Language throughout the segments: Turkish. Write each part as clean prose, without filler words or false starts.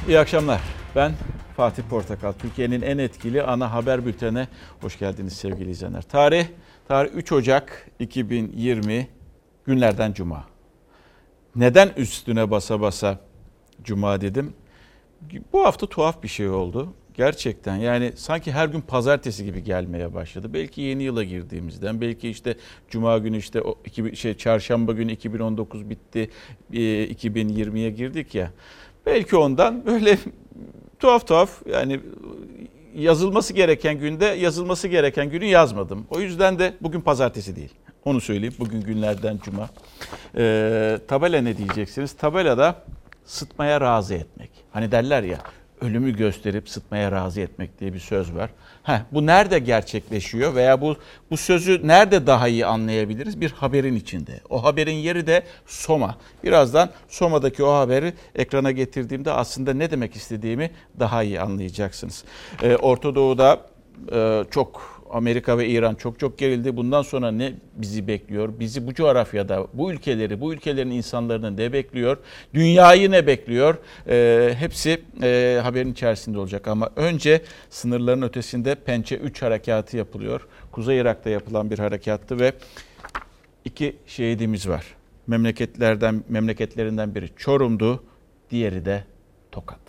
İyi akşamlar. Ben Fatih Portakal. Türkiye'nin en etkili ana haber bültenine hoş geldiniz sevgili izleyenler. Tarih 3 Ocak 2020 günlerden Cuma. Neden üstüne basa basa Cuma dedim? Bu hafta tuhaf bir şey oldu. Gerçekten yani sanki her gün pazartesi gibi gelmeye başladı. Belki yeni yıla girdiğimizden, belki işte Cuma günü işte çarşamba günü 2019 bitti, 2020'ye girdik ya. Belki ondan böyle tuhaf yani yazılması gereken günde yazılması gereken günü yazmadım. O yüzden de bugün pazartesi değil. Onu söyleyeyim. Bugün günlerden Cuma. Tabela ne diyeceksiniz? Tabelada sıtmaya razı etmek. Hani derler ya, ölümü gösterip sıtmaya razı etmek diye bir söz var. Bu nerede gerçekleşiyor veya bu sözü nerede daha iyi anlayabiliriz? Bir haberin içinde. O haberin yeri de Soma. Birazdan Soma'daki o haberi ekrana getirdiğimde aslında ne demek istediğimi daha iyi anlayacaksınız. Orta Doğu'da çok Amerika ve İran çok gerildi. Bundan sonra ne bizi bekliyor? Bizi bu coğrafyada, bu ülkelerin insanlarını ne bekliyor? Dünyayı ne bekliyor? Hepsi haberin içerisinde olacak. Ama önce sınırların ötesinde Pençe 3 harekatı yapılıyor. Kuzey Irak'ta yapılan bir harekattı ve 2 şehidimiz var. Memleketlerinden biri Çorum'du, diğeri de Tokat.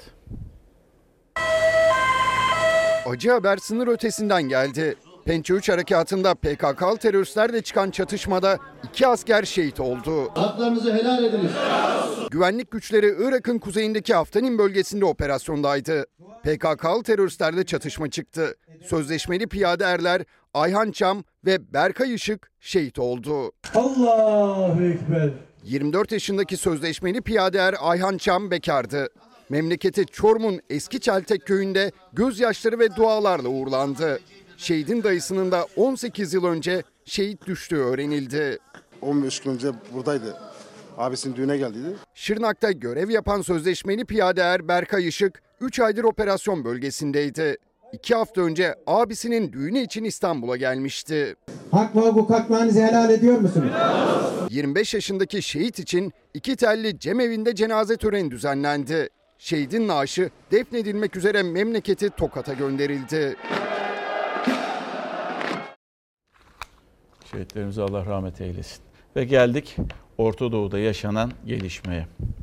Acı haber sınır ötesinden geldi. Pençe 3 harekatında PKK'lı teröristlerle çıkan çatışmada 2 asker şehit oldu. Haklarınızı helal ediniz. Güvenlik güçleri Irak'ın kuzeyindeki Aftanin bölgesinde operasyondaydı. PKK'lı teröristlerle çatışma çıktı. Sözleşmeli piyade erler Ayhan Çam ve Berkay Işık şehit oldu. Allahu Ekber. 24 yaşındaki sözleşmeli piyade er Ayhan Çam bekardı. Memleketi Çorum'un Eski Çeltek köyünde gözyaşları ve dualarla uğurlandı. Şehidin dayısının da 18 yıl önce şehit düştüğü öğrenildi. 15 gün önce buradaydı. Abisinin düğüne geldiydi. Şırnak'ta görev yapan sözleşmeli piyade er Berkay Işık 3 aydır operasyon bölgesindeydi. 2 hafta önce abisinin düğünü için İstanbul'a gelmişti. Hak ve hukuk haklarınızı helal ediyor musunuz? 25 yaşındaki şehit için 2 telli cemevinde cenaze töreni düzenlendi. Şehidin naaşı defnedilmek üzere memleketi Tokat'a gönderildi. Şehitlerimize Allah rahmet eylesin. Ve geldik Orta Doğu'da yaşanan gelişmeye.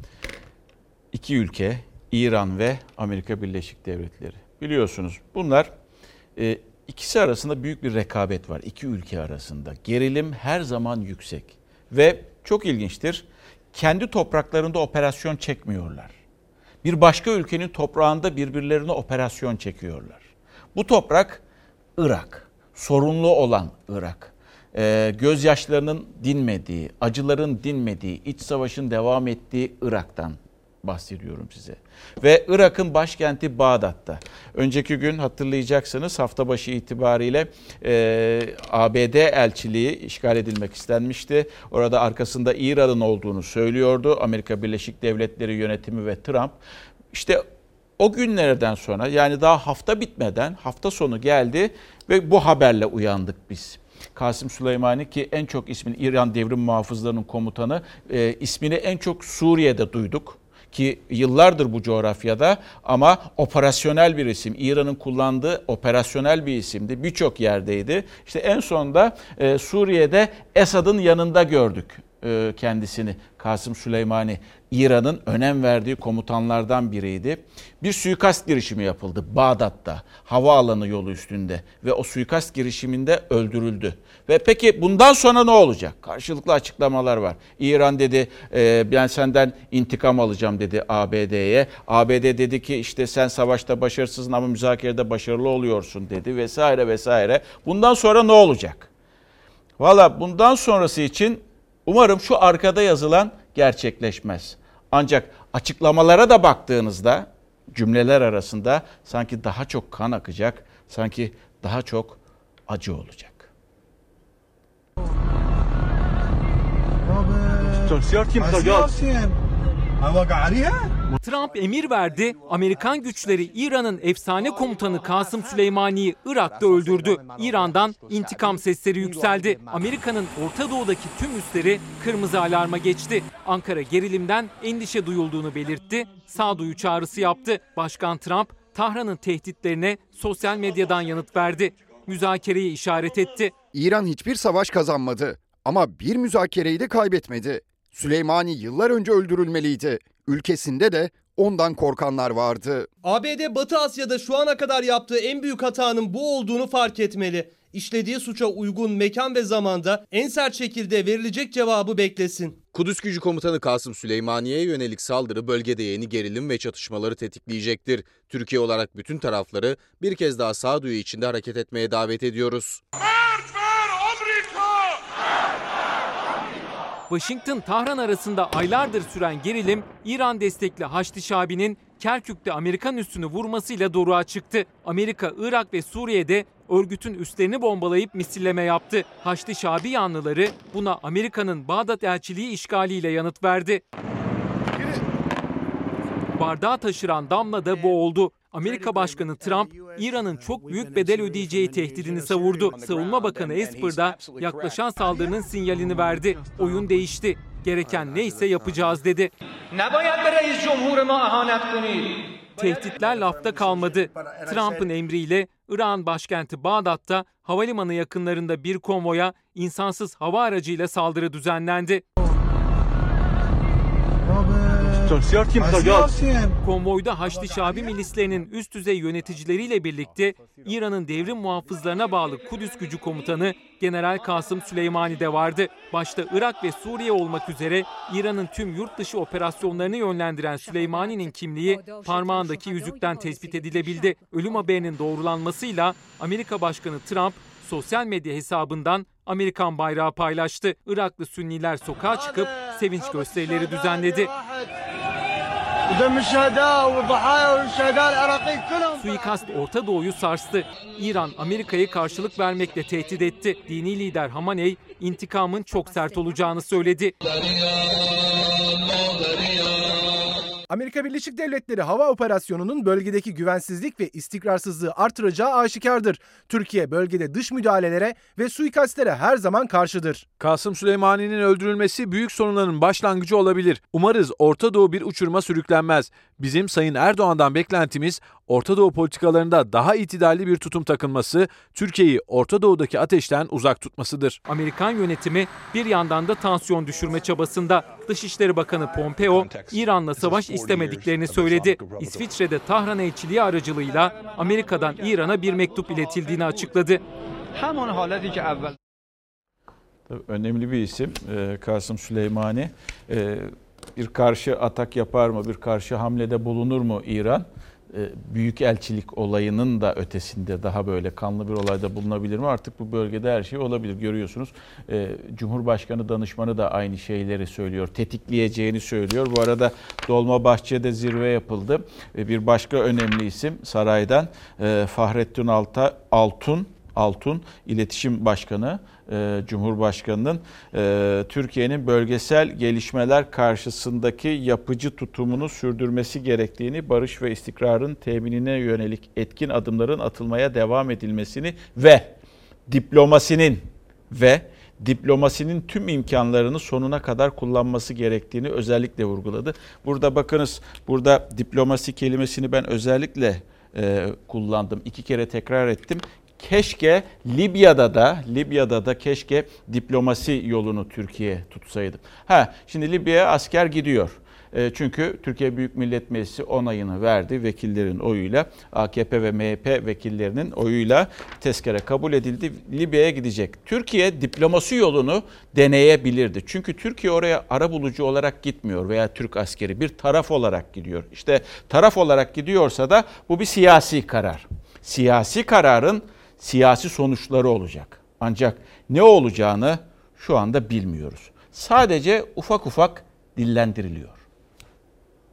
2 ülke, İran ve Amerika Birleşik Devletleri. Biliyorsunuz bunlar ikisi arasında büyük bir rekabet var. 2 ülke arasında. Gerilim her zaman yüksek. Ve çok ilginçtir, kendi topraklarında operasyon çekmiyorlar. Bir başka ülkenin toprağında birbirlerine operasyon çekiyorlar. Bu toprak Irak, sorunlu olan Irak. Gözyaşlarının dinmediği, acıların dinmediği, iç savaşın devam ettiği Irak'tan bahsediyorum size. Ve Irak'ın başkenti Bağdat'ta. Önceki gün hatırlayacaksınız, hafta başı itibariyle ABD elçiliği işgal edilmek istenmişti. Orada arkasında İran'ın olduğunu söylüyordu Amerika Birleşik Devletleri yönetimi ve Trump. İşte o günlerden sonra, yani daha hafta bitmeden hafta sonu geldi ve bu haberle uyandık biz. Kasım Süleymani, ki en çok ismini İran Devrim Muhafızları'nın komutanı, ismini en çok Suriye'de duyduk. Ki yıllardır bu coğrafyada, ama operasyonel bir isim. İran'ın kullandığı operasyonel bir isimdi. Birçok yerdeydi. İşte en sonunda Suriye'de Esad'ın yanında gördük kendisini. Kasım Süleymani İran'ın önem verdiği komutanlardan biriydi. Bir suikast girişimi yapıldı Bağdat'ta, havaalanı yolu üstünde ve o suikast girişiminde öldürüldü. Ve peki bundan sonra ne olacak? Karşılıklı açıklamalar var. İran dedi ben senden intikam alacağım dedi ABD'ye. ABD dedi ki işte sen savaşta başarısızsın ama müzakerede başarılı oluyorsun dedi vesaire vesaire. Bundan sonra ne olacak? Valla bundan sonrası için umarım şu arkada yazılan gerçekleşmez. Ancak açıklamalara da baktığınızda cümleler arasında sanki daha çok kan akacak, sanki daha çok acı olacak. سيارتي مخرجات وقع عليها Trump emir verdi, Amerikan güçleri İran'ın efsane komutanı Kasım Süleymani'yi Irak'ta öldürdü. İran'dan intikam sesleri yükseldi. Amerika'nın Orta Doğu'daki tüm üsleri kırmızı alarma geçti. Ankara gerilimden endişe duyulduğunu belirtti, sağduyu çağrısı yaptı. Başkan Trump, Tahran'ın tehditlerine sosyal medyadan yanıt verdi. Müzakereyi işaret etti. İran hiçbir savaş kazanmadı ama bir müzakereyi de kaybetmedi. Süleymani yıllar önce öldürülmeliydi. Ülkesinde de ondan korkanlar vardı. ABD Batı Asya'da şu ana kadar yaptığı en büyük hatanın bu olduğunu fark etmeli. İşlediği suça uygun mekan ve zamanda en sert şekilde verilecek cevabı beklesin. Kudüs Gücü Komutanı Kasım Süleymaniye'ye yönelik saldırı bölgede yeni gerilim ve çatışmaları tetikleyecektir. Türkiye olarak bütün tarafları bir kez daha sağduyu içinde hareket etmeye davet ediyoruz. Washington-Tahran arasında aylardır süren gerilim, İran destekli Haçlı Şabi'nin Kerkük'te Amerikan üssünü vurmasıyla doruğa çıktı. Amerika, Irak ve Suriye'de örgütün üslerini bombalayıp misilleme yaptı. Haçlı Şabi yanlıları buna Amerika'nın Bağdat elçiliği işgaliyle yanıt verdi. Bardağı taşıran damla da bu oldu. Amerika Başkanı Trump, İran'ın çok büyük bedel ödeyeceği tehdidini savurdu. Savunma Bakanı Esper da yaklaşan saldırının sinyalini verdi. Oyun değişti. Gereken neyse yapacağız dedi. Tehditler lafta kalmadı. Trump'ın emriyle İran başkenti Bağdat'ta havalimanı yakınlarında bir konvoya insansız hava aracıyla saldırı düzenlendi. Konvoyda Haçlı Şabi milislerinin üst düzey yöneticileriyle birlikte İran'ın devrim muhafızlarına bağlı Kudüs Gücü Komutanı General Kasım Süleymani de vardı. Başta Irak ve Suriye olmak üzere İran'ın tüm yurt dışı operasyonlarını yönlendiren Süleymani'nin kimliği parmağındaki yüzükten tespit edilebildi. Ölüm haberinin doğrulanmasıyla Amerika Başkanı Trump sosyal medya hesabından Amerikan bayrağı paylaştı. Iraklı Sünniler sokağa çıkıp sevinç gösterileri düzenledi. Suikast Orta Doğu'yu sarstı. İran Amerika'yı karşılık vermekle tehdit etti. Dini lider Hamaney intikamın çok sert olacağını söyledi. Amerika Birleşik Devletleri hava operasyonunun bölgedeki güvensizlik ve istikrarsızlığı artıracağı aşikardır. Türkiye bölgede dış müdahalelere ve suikastlere her zaman karşıdır. Kasım Süleymani'nin öldürülmesi büyük sorunların başlangıcı olabilir. Umarız Orta Doğu bir uçuruma sürüklenmez. Bizim Sayın Erdoğan'dan beklentimiz Orta Doğu politikalarında daha itidalli bir tutum takınması, Türkiye'yi Orta Doğu'daki ateşten uzak tutmasıdır. Amerikan yönetimi bir yandan da tansiyon düşürme çabasında. Dışişleri Bakanı Pompeo, İran'la savaş istemediklerini söyledi. İsviçre'de Tahran elçiliği aracılığıyla Amerika'dan İran'a bir mektup iletildiğini açıkladı. Önemli bir isim Kasım Süleymani. Bir karşı atak yapar mı, bir karşı hamlede bulunur mu İran? Büyükelçilik olayının da ötesinde daha böyle kanlı bir olayda bulunabilir mi? Artık bu bölgede her şey olabilir, görüyorsunuz. Cumhurbaşkanı danışmanı da aynı şeyleri söylüyor, tetikleyeceğini söylüyor. Bu arada Dolmabahçe'de zirve yapıldı. Bir başka önemli isim saraydan Fahrettin Altun, İletişim Başkanı, Cumhurbaşkanı'nın Türkiye'nin bölgesel gelişmeler karşısındaki yapıcı tutumunu sürdürmesi gerektiğini, barış ve istikrarın teminine yönelik etkin adımların atılmaya devam edilmesini ve diplomasinin tüm imkanlarını sonuna kadar kullanması gerektiğini özellikle vurguladı. Burada bakınız, burada diplomasi kelimesini ben özellikle kullandım. 2 kere tekrar ettim. Keşke Libya'da da keşke diplomasi yolunu Türkiye tutsaydı. Şimdi Libya'ya asker gidiyor. Çünkü Türkiye Büyük Millet Meclisi onayını verdi vekillerin oyuyla. AKP ve MHP vekillerinin oyuyla tezkere kabul edildi. Libya'ya gidecek. Türkiye diplomasi yolunu deneyebilirdi. Çünkü Türkiye oraya arabulucu olarak gitmiyor veya Türk askeri bir taraf olarak gidiyor. İşte taraf olarak gidiyorsa da bu bir siyasi karar. Siyasi kararın siyasi sonuçları olacak. Ancak ne olacağını şu anda bilmiyoruz. Sadece ufak ufak dillendiriliyor.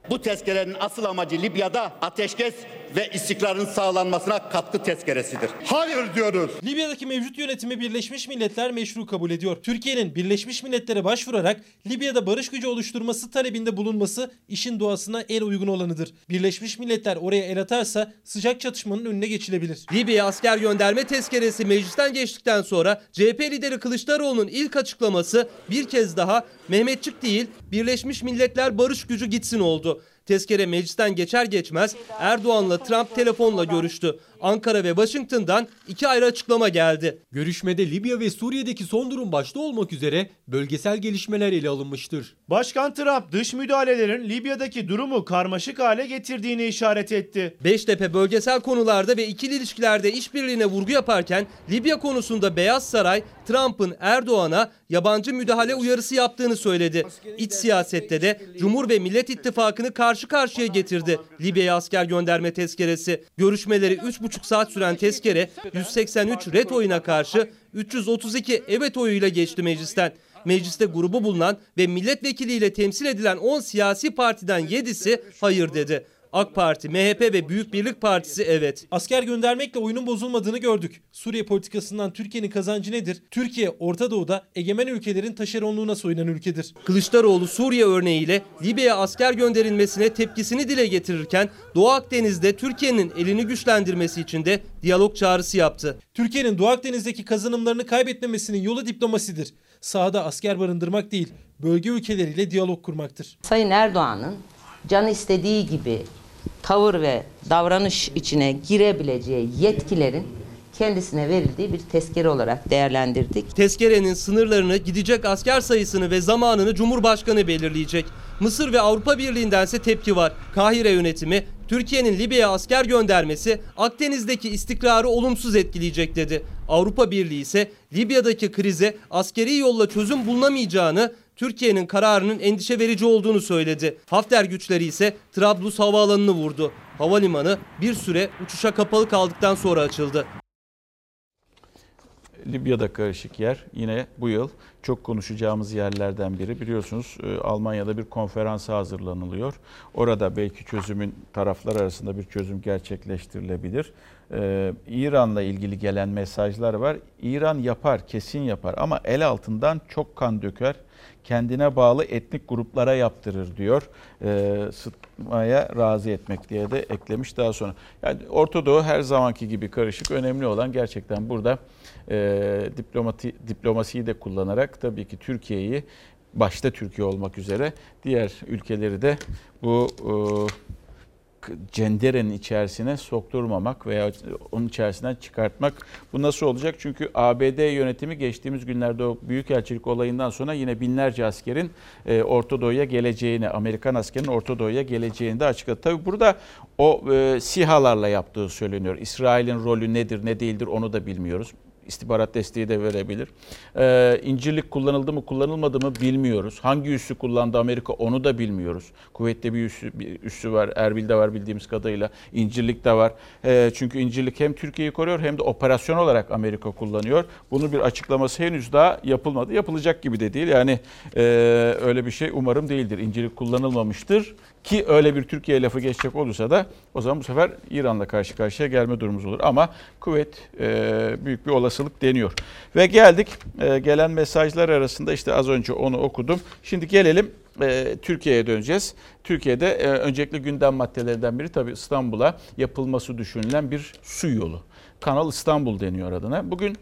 Bu tezkerenin asıl amacı Libya'da ateşkes ve istikrarın sağlanmasına katkı tezkeresidir. Hayır diyoruz. Libya'daki mevcut yönetimi Birleşmiş Milletler meşru kabul ediyor. Türkiye'nin Birleşmiş Milletler'e başvurarak Libya'da barış gücü oluşturması talebinde bulunması işin doğasına en uygun olanıdır. Birleşmiş Milletler oraya el atarsa sıcak çatışmanın önüne geçilebilir. Libya'ya asker gönderme tezkeresi meclisten geçtikten sonra CHP lideri Kılıçdaroğlu'nun ilk açıklaması bir kez daha Mehmetçik değil Birleşmiş Milletler barış gücü gitsin oldu. Tezkere meclisten geçer geçmez Erdoğan'la Trump telefonla görüştü. Ankara ve Washington'dan 2 ayrı açıklama geldi. Görüşmede Libya ve Suriye'deki son durum başta olmak üzere bölgesel gelişmeler ele alınmıştır. Başkan Trump dış müdahalelerin Libya'daki durumu karmaşık hale getirdiğini işaret etti. Beştepe bölgesel konularda ve ikili ilişkilerde işbirliğine vurgu yaparken Libya konusunda Beyaz Saray Trump'ın Erdoğan'a yabancı müdahale uyarısı yaptığını söyledi. İç siyasette de Cumhur ve Millet İttifakı'nı karşı karşıya getirdi Libya'ya asker gönderme tezkeresi. Görüşmeleri 3,5 saat süren tezkere 183 ret oyuna karşı 332 evet oyuyla geçti meclisten. Mecliste grubu bulunan ve milletvekiliyle temsil edilen 10 siyasi partiden 7'si hayır dedi. AK Parti, MHP ve Büyük Birlik Partisi evet. Asker göndermekle oyunun bozulmadığını gördük. Suriye politikasından Türkiye'nin kazancı nedir? Türkiye, Orta Doğu'da egemen ülkelerin taşeronluğuna soyunan ülkedir. Kılıçdaroğlu Suriye örneğiyle Libya'ya asker gönderilmesine tepkisini dile getirirken Doğu Akdeniz'de Türkiye'nin elini güçlendirmesi için de diyalog çağrısı yaptı. Türkiye'nin Doğu Akdeniz'deki kazanımlarını kaybetmemesinin yolu diplomasidir. Sahada asker barındırmak değil, bölge ülkeleriyle diyalog kurmaktır. Sayın Erdoğan'ın canı istediği gibi tavır ve davranış içine girebileceği yetkilerin kendisine verildiği bir tezkere olarak değerlendirdik. Tezkerenin sınırlarını, gidecek asker sayısını ve zamanını Cumhurbaşkanı belirleyecek. Mısır ve Avrupa Birliği'ndense tepki var. Kahire yönetimi Türkiye'nin Libya'ya asker göndermesi Akdeniz'deki istikrarı olumsuz etkileyecek dedi. Avrupa Birliği ise Libya'daki krize askeri yolla çözüm bulunamayacağını, Türkiye'nin kararının endişe verici olduğunu söyledi. Hafter güçleri ise Trablus havaalanını vurdu. Havalimanı bir süre uçuşa kapalı kaldıktan sonra açıldı. Libya'da karışık yer yine bu yıl çok konuşacağımız yerlerden biri. Biliyorsunuz Almanya'da bir konferansa hazırlanılıyor. Orada belki çözümün taraflar arasında bir çözüm gerçekleştirilebilir. İran'la ilgili gelen mesajlar var. İran yapar, kesin yapar ama el altından çok kan döker. Kendine bağlı etnik gruplara yaptırır diyor. Sıtmaya razı etmek diye de eklemiş daha sonra. Yani Orta Doğu her zamanki gibi karışık. Önemli olan gerçekten burada diplomasiyi de kullanarak tabii ki Türkiye'yi, başta Türkiye olmak üzere diğer ülkeleri de bu cenderenin içerisine sokturmamak veya onun içerisinden çıkartmak. Bu nasıl olacak? Çünkü ABD yönetimi geçtiğimiz günlerde o büyükelçilik olayından sonra yine binlerce askerin Orta Doğu'ya geleceğini, Amerikan askerinin Orta Doğu'ya geleceğini de açıkladı. Tabii burada o SİHA'larla yaptığı söyleniyor. İsrail'in rolü nedir, ne değildir onu da bilmiyoruz. İstihbarat desteği de verebilir. İncirlik kullanıldı mı kullanılmadı mı bilmiyoruz. Hangi üssü kullandı Amerika onu da bilmiyoruz. Kuvvetli bir üssü var. Erbil'de var bildiğimiz kadarıyla. İncirlik'te var. Çünkü İncirlik hem Türkiye'yi koruyor hem de operasyon olarak Amerika kullanıyor. Bunun bir açıklaması henüz daha yapılmadı. Yapılacak gibi de değil. Yani öyle bir şey umarım değildir. İncirlik kullanılmamıştır. Ki öyle bir Türkiye lafı geçecek olursa da o zaman bu sefer İran'la karşı karşıya gelme durumumuz olur. Ama kuvvet büyük bir olasılık deniyor. Ve geldik gelen mesajlar arasında işte az önce onu okudum. Şimdi gelelim Türkiye'ye döneceğiz. Türkiye'de öncelikle gündem maddelerinden biri tabii İstanbul'a yapılması düşünülen bir su yolu. Kanal İstanbul deniyor adına. Bugün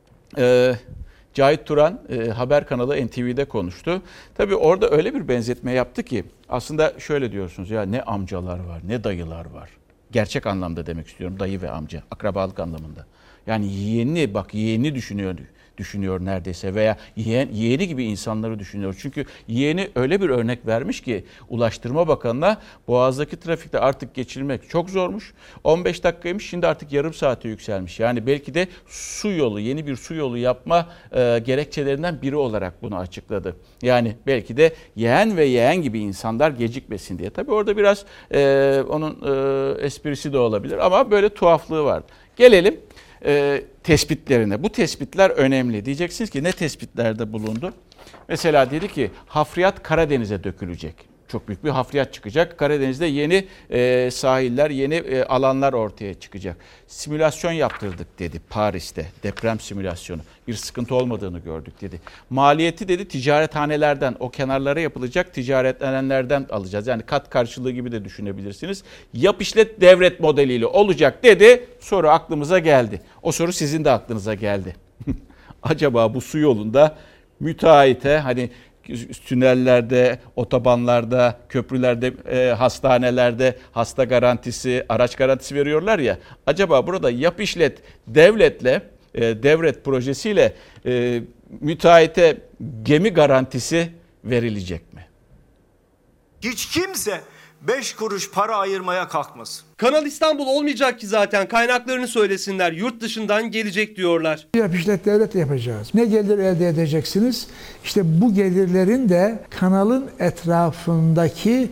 Cahit Turan haber kanalı NTV'de konuştu. Tabii orada öyle bir benzetme yaptı ki aslında şöyle diyorsunuz ya ne amcalar var ne dayılar var. Gerçek anlamda demek istiyorum dayı ve amca akrabalık anlamında. Yani yeğeni düşünüyor neredeyse veya yeğeni gibi insanları düşünüyor. Çünkü yeğeni öyle bir örnek vermiş ki Ulaştırma Bakanı'na Boğaz'daki trafikte artık geçilmek çok zormuş. 15 dakikaymış şimdi artık yarım saate yükselmiş. Yani belki de yeni bir su yolu yapma gerekçelerinden biri olarak bunu açıkladı. Yani belki de yeğen gibi insanlar gecikmesin diye. Tabii orada biraz onun esprisi de olabilir ama böyle tuhaflığı var. Gelelim tespitlerine. Bu tespitler önemli. Diyeceksiniz ki ne tespitlerde bulundu? Mesela dedi ki hafriyat Karadeniz'e dökülecek. Çok büyük bir hafriyat çıkacak. Karadeniz'de yeni sahiller, yeni alanlar ortaya çıkacak. Simülasyon yaptırdık dedi Paris'te, deprem simülasyonu. Bir sıkıntı olmadığını gördük dedi. Maliyeti dedi ticarethanelerden, o kenarlara yapılacak ticarethanelerden alacağız. Yani kat karşılığı gibi de düşünebilirsiniz. Yap işlet devret modeliyle olacak dedi. Soru aklımıza geldi. O soru sizin de aklınıza geldi. Acaba bu su yolunda müteahhite hani tünellerde, otobanlarda, köprülerde, hastanelerde hasta garantisi, araç garantisi veriyorlar ya. Acaba burada yap işlet devletle, devlet projesiyle müteahhite gemi garantisi verilecek mi? Hiç kimse 5 kuruş para ayırmaya kalkmasın. Kanal İstanbul olmayacak ki zaten, kaynaklarını söylesinler. Yurt dışından gelecek diyorlar. Yap işlet devlet yapacağız. Ne gelir elde edeceksiniz? İşte bu gelirlerin de kanalın etrafındaki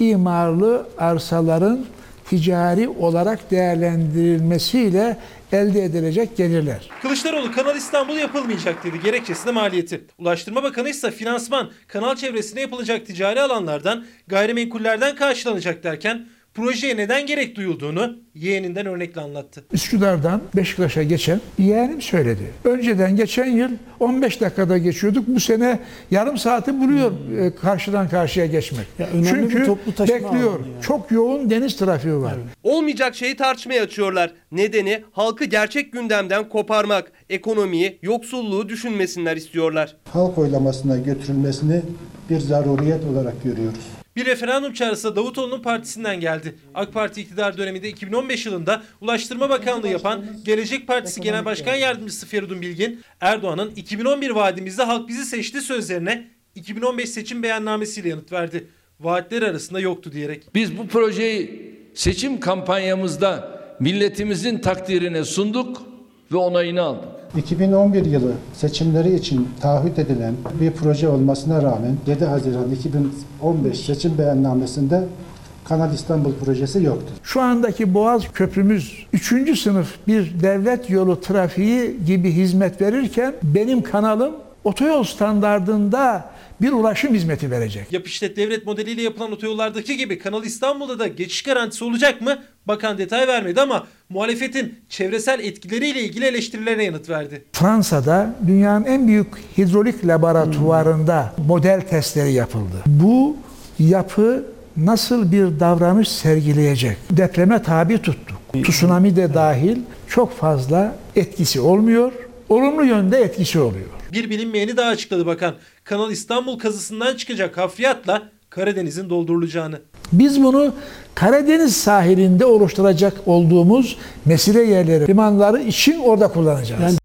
imarlı arsaların ticari olarak değerlendirilmesiyle elde edilecek gelirler. Kılıçdaroğlu Kanal İstanbul yapılmayacak dedi. Gerekçesi de maliyeti. Ulaştırma Bakanı ise finansman kanal çevresine yapılacak ticari alanlardan, gayrimenkullerden karşılanacak derken projeye neden gerek duyulduğunu yeğeninden örnekle anlattı. Üsküdar'dan Beşiktaş'a geçen yeğenim söyledi. Önceden geçen yıl 15 dakikada geçiyorduk. Bu sene yarım saati buluyor karşıdan karşıya geçmek. Çünkü bekliyor. Çok yoğun deniz trafiği var. Evet. Olmayacak şeyi tartışmaya açıyorlar. Nedeni halkı gerçek gündemden koparmak. Ekonomiyi, yoksulluğu düşünmesinler istiyorlar. Halk oylamasına götürülmesini bir zaruriyet olarak görüyoruz. Bir referandum çağrısı Davutoğlu'nun partisinden geldi. AK Parti iktidar döneminde 2015 yılında Ulaştırma Bakanlığı yapan Gelecek Partisi Genel Başkan Yardımcısı Feridun Bilgin, Erdoğan'ın 2011 vaadimizde halk bizi seçti sözlerine 2015 seçim beyannamesiyle yanıt verdi. Vaatler arasında yoktu diyerek. Biz bu projeyi seçim kampanyamızda milletimizin takdirine sunduk ve onayını aldık. 2011 yılı seçimleri için taahhüt edilen bir proje olmasına rağmen 7 Haziran 2015 seçim beyannamesinde Kanal İstanbul projesi yoktu. Şu andaki Boğaz Köprümüz 3. sınıf bir devlet yolu trafiği gibi hizmet verirken benim kanalım otoyol standardında bir ulaşım hizmeti verecek. Yap işlet devlet modeliyle yapılan otoyollardaki gibi Kanal İstanbul'da da geçiş garantisi olacak mı? Bakan detay vermedi ama muhalefetin çevresel etkileriyle ilgili eleştirilerine yanıt verdi. Fransa'da dünyanın en büyük hidrolik laboratuvarında model testleri yapıldı. Bu yapı nasıl bir davranış sergileyecek? Depreme tabi tuttuk. Tsunami de dahil çok fazla etkisi olmuyor. Olumlu yönde etkisi oluyor. Bir bilinmeyeni daha açıkladı bakan. Kanal İstanbul kazısından çıkacak hafriyatla Karadeniz'in doldurulacağını. Biz bunu Karadeniz sahilinde oluşturacak olduğumuz mesire yerleri, limanları için orada kullanacağız.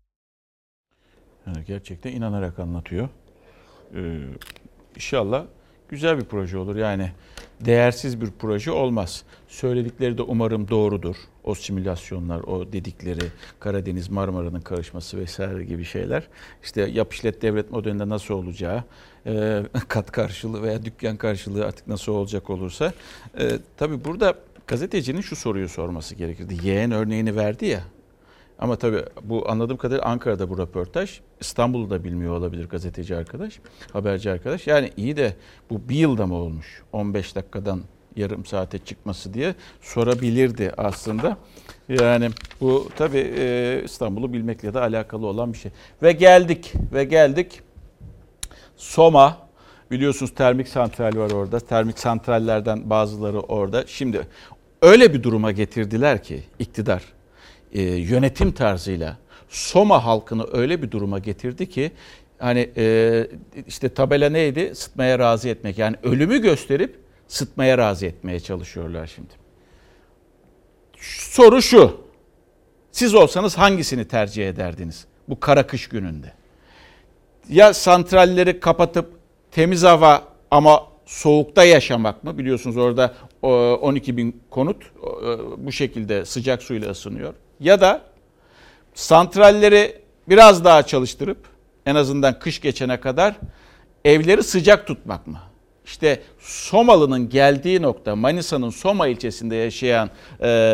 Yani gerçekten inanarak anlatıyor. İnşallah güzel bir proje olur. Yani değersiz bir proje olmaz. Söyledikleri de umarım doğrudur. O simülasyonlar, o dedikleri Karadeniz Marmara'nın karışması vesaire gibi şeyler. İşte yap işlet devlet modelinde nasıl olacağı, kat karşılığı veya dükkan karşılığı artık nasıl olacak olursa. Tabii burada gazetecinin şu soruyu sorması gerekirdi. Yeğen örneğini verdi ya. Ama tabii bu anladığım kadarıyla Ankara'da bu röportaj. İstanbul'u da bilmiyor olabilir gazeteci arkadaş, haberci arkadaş. Yani iyi de bu bir yılda mı olmuş? 15 dakikadan yarım saate çıkması diye sorabilirdi aslında. Yani bu tabii İstanbul'u bilmekle de alakalı olan bir şey. Ve geldik. Soma, biliyorsunuz termik santral var orada. Termik santrallerden bazıları orada. Şimdi öyle bir duruma getirdiler ki iktidar yönetim tarzıyla Soma halkını öyle bir duruma getirdi ki hani işte tabela neydi? Sıtmaya razı etmek. Yani ölümü gösterip sıtmaya razı etmeye çalışıyorlar şimdi. Soru şu. Siz olsanız hangisini tercih ederdiniz bu kara kış gününde? Ya santralleri kapatıp temiz hava ama soğukta yaşamak mı? Biliyorsunuz orada 12.000 konut bu şekilde sıcak suyla ısınıyor. Ya da santralleri biraz daha çalıştırıp en azından kış geçene kadar evleri sıcak tutmak mı? İşte Somalı'nın geldiği nokta, Manisa'nın Soma ilçesinde yaşayan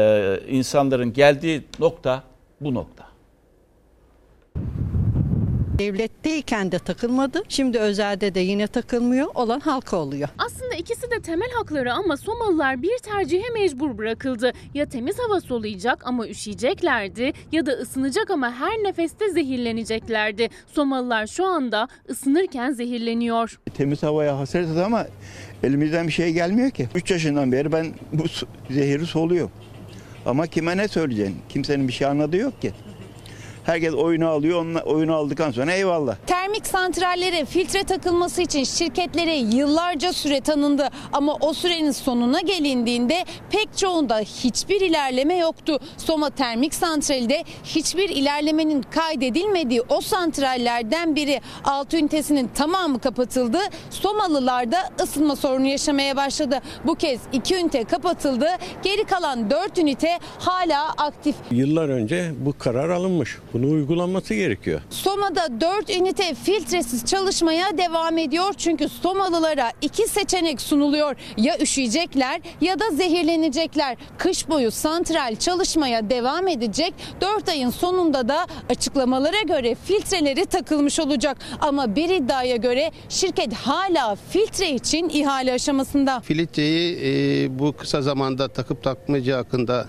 insanların geldiği nokta bu nokta. Devletteyken de takılmadı. Şimdi özelde de yine takılmıyor. Olan halka oluyor. Aslında ikisi de temel hakları ama Somalılar bir tercihe mecbur bırakıldı. Ya temiz hava soluyacak ama üşüyeceklerdi ya da ısınacak ama her nefeste zehirleneceklerdi. Somalılar şu anda ısınırken zehirleniyor. Temiz havaya hasretiz ama elimizden bir şey gelmiyor ki. 3 yaşından beri ben bu zehiri soluyorum. Ama kime ne söyleyeceksin? Kimsenin bir şey anladığı yok ki. Herkes oyunu alıyor, oyunu aldıktan sonra eyvallah. Termik santrallere filtre takılması için şirketlere yıllarca süre tanındı. Ama o sürenin sonuna gelindiğinde pek çoğunda hiçbir ilerleme yoktu. Soma Termik Santrali'de hiçbir ilerlemenin kaydedilmediği o santrallerden biri 6 ünitesinin tamamı kapatıldı. Somalılar da ısınma sorunu yaşamaya başladı. Bu kez 2 ünite kapatıldı. Geri kalan 4 ünite hala aktif. Yıllar önce bu karar alınmış. Bunu uygulanması gerekiyor. Soma'da 4 ünite filtresiz çalışmaya devam ediyor. Çünkü Somalılara 2 seçenek sunuluyor. Ya üşüyecekler ya da zehirlenecekler. Kış boyu santral çalışmaya devam edecek. 4 ayın sonunda da açıklamalara göre filtreleri takılmış olacak. Ama bir iddiaya göre şirket hala filtre için ihale aşamasında. Filtreyi bu kısa zamanda takıp takmayacağı hakkında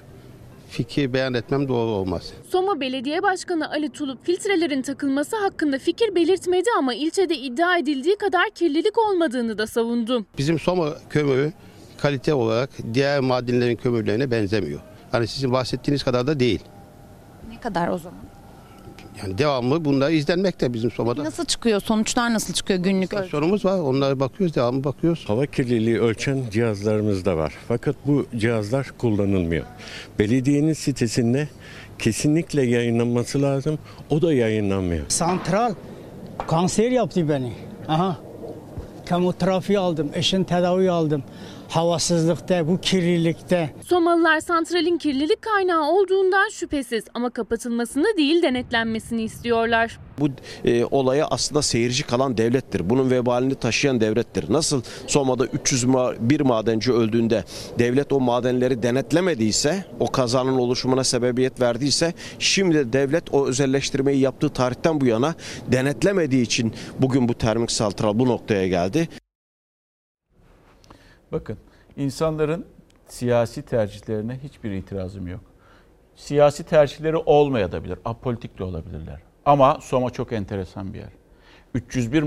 fikir beyan etmem doğru olmaz. Soma Belediye Başkanı Ali Tulup filtrelerin takılması hakkında fikir belirtmedi ama ilçede iddia edildiği kadar kirlilik olmadığını da savundu. Bizim Soma kömürü kalite olarak diğer madenlerin kömürlerine benzemiyor. Hani sizin bahsettiğiniz kadar da değil. Ne kadar o zaman? Yani devamlı bunlar izlenmekte bizim Soma'da. Nasıl çıkıyor? Sonuçlar nasıl çıkıyor günlük? Sorumuz var. Onlara bakıyoruz, devamlı bakıyoruz. Hava kirliliği ölçen cihazlarımız da var. Fakat bu cihazlar kullanılmıyor. Belediyenin sitesinde kesinlikle yayınlanması lazım. O da yayınlanmıyor. Santral kanser yaptı beni. Kemoterapi aldım, eşin tedavi aldım. Havasızlıkta, bu kirlilikte. Somalılar santralin kirlilik kaynağı olduğundan şüphesiz ama kapatılmasını değil denetlenmesini istiyorlar. Bu olaya aslında seyirci kalan devlettir. Bunun vebalini taşıyan devlettir. Nasıl Soma'da 301 madenci öldüğünde devlet o madenleri denetlemediyse, o kazanın oluşumuna sebebiyet verdiyse, şimdi de devlet o özelleştirmeyi yaptığı tarihten bu yana denetlemediği için bugün bu termik santral bu noktaya geldi. Bakın, insanların siyasi tercihlerine hiçbir itirazım yok. Siyasi tercihleri olmayabilir, apolitik de olabilirler. Ama Soma çok enteresan bir yer. 301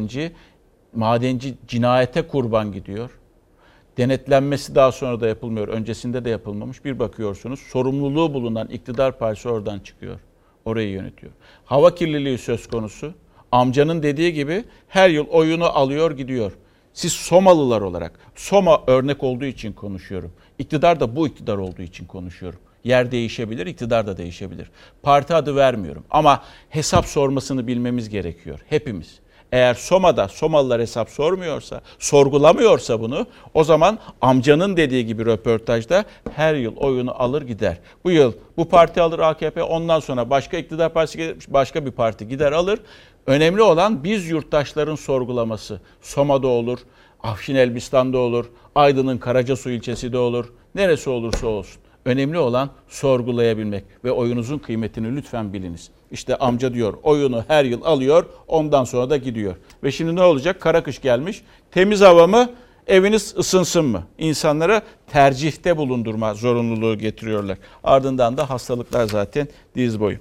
madenci cinayete kurban gidiyor. Denetlenmesi daha sonra da yapılmıyor, öncesinde de yapılmamış. Bir bakıyorsunuz, sorumluluğu bulunan iktidar partisi oradan çıkıyor, orayı yönetiyor. Hava kirliliği söz konusu. Amcanın dediği gibi her yıl oyunu alıyor gidiyor. Siz Somalılar olarak, Soma örnek olduğu için konuşuyorum. İktidar da bu iktidar olduğu için konuşuyorum. Yer değişebilir, iktidar da değişebilir. Parti adı vermiyorum ama hesap sormasını bilmemiz gerekiyor hepimiz. Eğer Soma'da Somalılar hesap sormuyorsa, sorgulamıyorsa bunu, o zaman amcanın dediği gibi röportajda her yıl oyunu alır gider. Bu yıl bu parti alır AKP, ondan sonra başka iktidar partisi gelir, başka bir parti gider alır. Önemli olan biz yurttaşların sorgulaması. Soma'da olur, Afşin Elbistan'da olur, Aydın'ın Karacasu ilçesi de olur, neresi olursa olsun. Önemli olan sorgulayabilmek ve oyunuzun kıymetini lütfen biliniz. İşte amca diyor, oyunu her yıl alıyor, ondan sonra da gidiyor. Ve şimdi ne olacak? Kara kış gelmiş. Temiz hava mı, eviniz ısınsın mı? İnsanlara tercihte bulundurma zorunluluğu getiriyorlar. Ardından da hastalıklar zaten diz boyu.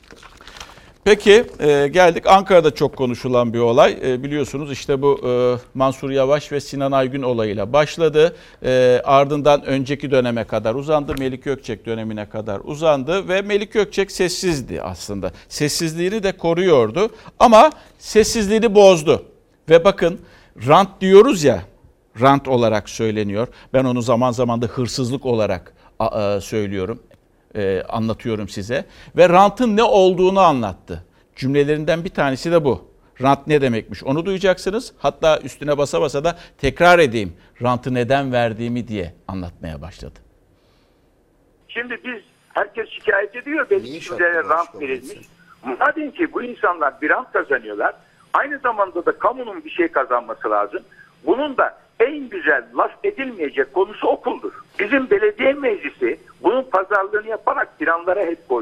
Peki geldik Ankara'da çok konuşulan bir olay. Biliyorsunuz işte bu Mansur Yavaş ve Sinan Aygün olayıyla başladı. Ardından önceki döneme kadar uzandı. Melik Gökçek dönemine kadar uzandı ve Melik Gökçek sessizdi aslında. Sessizliğini de koruyordu ama sessizliğini bozdu. Ve bakın rant diyoruz ya, rant olarak söyleniyor. Ben onu zaman zaman da hırsızlık olarak söylüyorum. Anlatıyorum size ve rantın ne olduğunu anlattı. Cümlelerinden bir tanesi de bu. Rant ne demekmiş onu duyacaksınız. Hatta üstüne basa basa da tekrar edeyim. Rantı neden verdiğimi diye anlatmaya başladı. Şimdi biz herkes şikayet ediyor. Belli kişilere rant verilmiş. Madem ki bu insanlar bir rant kazanıyorlar, aynı zamanda da kamunun bir şey kazanması lazım. Bunun da en güzel laf edilmeyecek konusu okuldur. Bizim belediye meclisi bunun pazarlığını yaparak planlara hep koydu.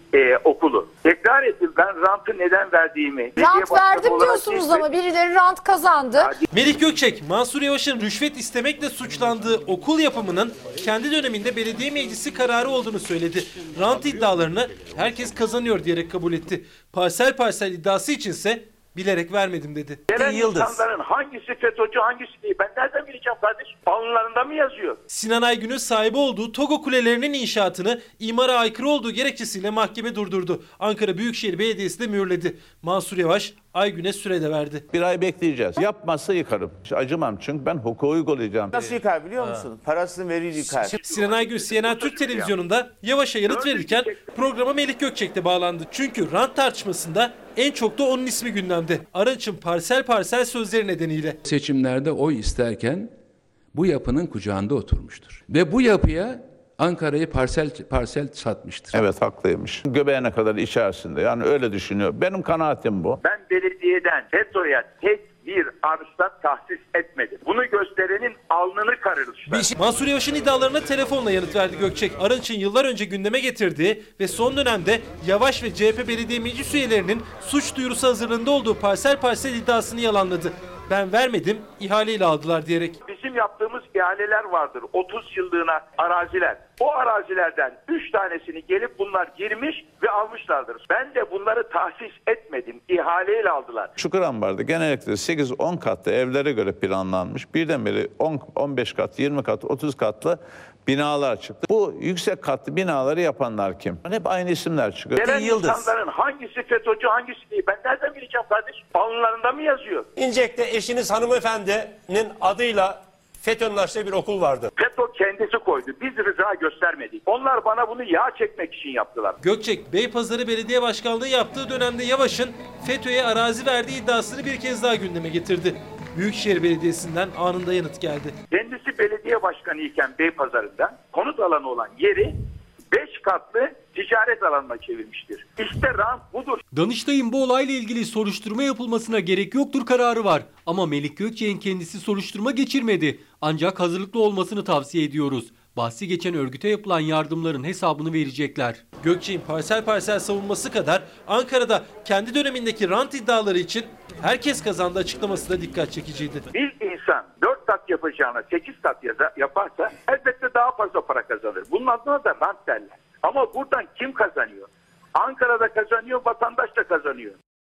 okulu. Tekrar ettim, ben rantı neden verdiğimi. Rant verdim diyorsunuz ama birileri rant kazandı. Melih Gökçek, Mansur Yavaş'ın rüşvet istemekle suçlandığı okul yapımının kendi döneminde belediye meclisi kararı olduğunu söyledi. Rant iddialarını herkes kazanıyor diyerek kabul etti. Parsel parsel iddiası içinse bilerek vermedim dedi. Gelen insanların hangisi FETÖ'cü hangisi değil, ben nereden bileceğim kardeşim? Alnlarında mı yazıyor? Sinan Aygün'ün sahibi olduğu Togo kulelerinin inşaatını imara aykırı olduğu gerekçesiyle mahkeme durdurdu. Ankara Büyükşehir Belediyesi de mühürledi. Mansur Yavaş Aygün'e süre de verdi. Bir ay bekleyeceğiz. Yapmazsa yıkarım. Acımam çünkü ben hukuku uygulayacağım. Nasıl yıkar biliyor musun? Parasını verir yıkar. Sinan Aygün CNN Türk Televizyonu'nda Yavaş'a yanıt verirken programa Melih Gökçek de bağlandı. Çünkü rant tartışmasında en çok da onun ismi gündemde. Arınç'ın parsel parsel sözleri nedeniyle. Seçimlerde oy isterken bu yapının kucağında oturmuştur. Ve bu yapıya Ankara'yı parsel satmıştır. Evet, haklıymış. Göbeğine kadar içerisinde, yani öyle düşünüyor. Benim kanaatim bu. Ben belediyeden FETÖ'ye tek bir arsa tahsis etmedim. Bunu gösterenin alnını kararır. Mansur Yavaş'ın iddialarına telefonla yanıt verdi Gökçek. Arınç'ın yıllar önce gündeme getirdiği ve son dönemde Yavaş ve CHP belediye meclis üyelerinin suç duyurusu hazırlığında olduğu parsel parsel iddiasını yalanladı. Ben vermedim, ihaleyle aldılar diyerek. Bizim yaptığımız ihaleler vardır. 30 yıllığına araziler. O arazilerden 3 tanesini gelip bunlar girmiş ve almışlardır. Ben de bunları tahsis etmedim. İhaleyle aldılar. Çukurambar'da genellikle 8-10 katlı evlere göre planlanmış. Birdenbire 15 kat, 20 kat, 30 katlı binalar çıktı. Bu yüksek katlı binaları yapanlar kim? Hep aynı isimler çıkıyor. Gelen insanların hangisi FETÖ'cü hangisi değil, ben nereden bileceğim kardeşim? Alnlarında mı yazıyor? İncek'te eşiniz hanımefendinin adıyla FETÖ'nün açtığı bir okul vardı. FETÖ kendisi koydu. Biz rıza göstermedik. Onlar bana bunu yağ çekmek için yaptılar. Gökçek, Beypazarı Belediye Başkanlığı yaptığı dönemde Yavaş'ın FETÖ'ye arazi verdiği iddiasını bir kez daha gündeme getirdi. Büyükşehir Belediyesi'nden anında yanıt geldi. Kendisi belediye başkanı iken Beypazarı'nda konut alanı olan yeri 5 katlı ticaret alanına çevirmiştir. İşte rant budur. Danıştay'ın bu olayla ilgili soruşturma yapılmasına gerek yoktur kararı var. Ama Melih Gökçek'in kendisi soruşturma geçirmedi. Ancak hazırlıklı olmasını tavsiye ediyoruz. Bahsi geçen örgüte yapılan yardımların hesabını verecekler. Gökçek'in parsel parsel savunması kadar Ankara'da kendi dönemindeki rant iddiaları için herkes kazandı açıklaması da dikkat çekiciydi. Bir insan 4 kat yapacağına 8 kat yaparsa elbette daha fazla para kazanır. Bunun adına da rant derler. Ama buradan kim kazanıyor? Ankara'da kazanıyor, vatandaş da kazanıyor.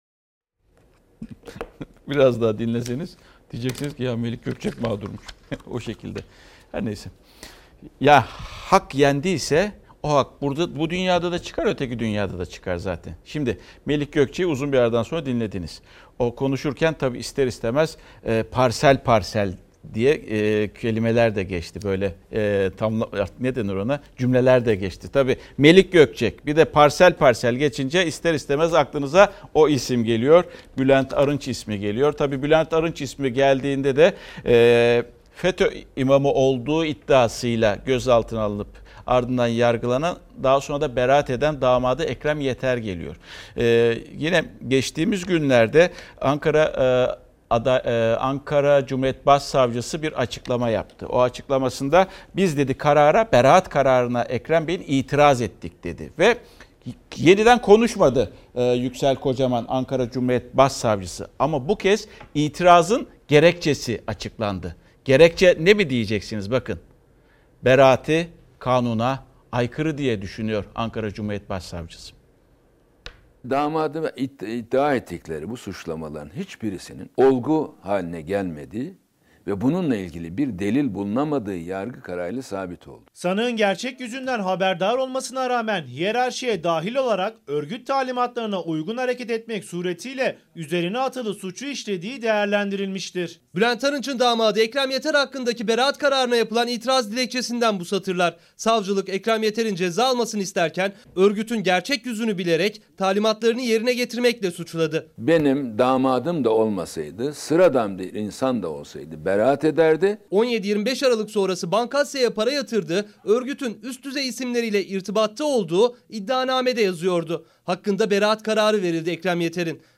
Biraz daha dinleseniz diyeceksiniz ki ya Melih Gökçek mağdurmuş. O şekilde. Her neyse. Ya hak yendiyse o hak burada, bu dünyada da çıkar, öteki dünyada da çıkar zaten. Şimdi Melih Gökçek'i uzun bir aradan sonra dinlediniz. O konuşurken tabii ister istemez parsel parsel diye kelimeler de geçti. Böyle ne denir ona? Cümleler de geçti. Tabii Melih Gökçek, bir de parsel parsel geçince ister istemez aklınıza o isim geliyor. Bülent Arınç ismi geliyor. Tabii Bülent Arınç ismi geldiğinde de FETÖ imamı olduğu iddiasıyla gözaltına alınıp ardından yargılanan, daha sonra da beraat eden damadı Ekrem Yeter geliyor. Yine geçtiğimiz günlerde Ankara Cumhuriyet Başsavcısı bir açıklama yaptı. O açıklamasında biz dedi beraat kararına Ekrem Bey'in itiraz ettik dedi ve yeniden konuşmadı Yüksel Kocaman Ankara Cumhuriyet Başsavcısı, ama bu kez itirazın gerekçesi açıklandı. Gerekçe ne mi diyeceksiniz? Bakın, beraati kanuna aykırı diye düşünüyor Ankara Cumhuriyet Başsavcısı. Damadı ve iddia ettikleri bu suçlamaların hiçbirisinin olgu haline gelmediği ve bununla ilgili bir delil bulunamadığı yargı kararıyla sabit oldu. Sanığın gerçek yüzünden haberdar olmasına rağmen hiyerarşiye dahil olarak örgüt talimatlarına uygun hareket etmek suretiyle üzerine atılı suçu işlediği değerlendirilmiştir. Bülent Arınç'ın damadı Ekrem Yeter hakkındaki beraat kararına yapılan itiraz dilekçesinden bu satırlar. Savcılık Ekrem Yeter'in ceza almasını isterken örgütün gerçek yüzünü bilerek talimatlarını yerine getirmekle suçladı. Benim damadım da olmasaydı, sıradan bir insan da olsaydı beraat ederdi. 17-25 Aralık sonrası Bankasya'ya para yatırdığı, örgütün üst düzey isimleriyle irtibatta olduğu iddianamede yazıyordu. Hakkında beraat kararı verildi Ekrem Yeter'in.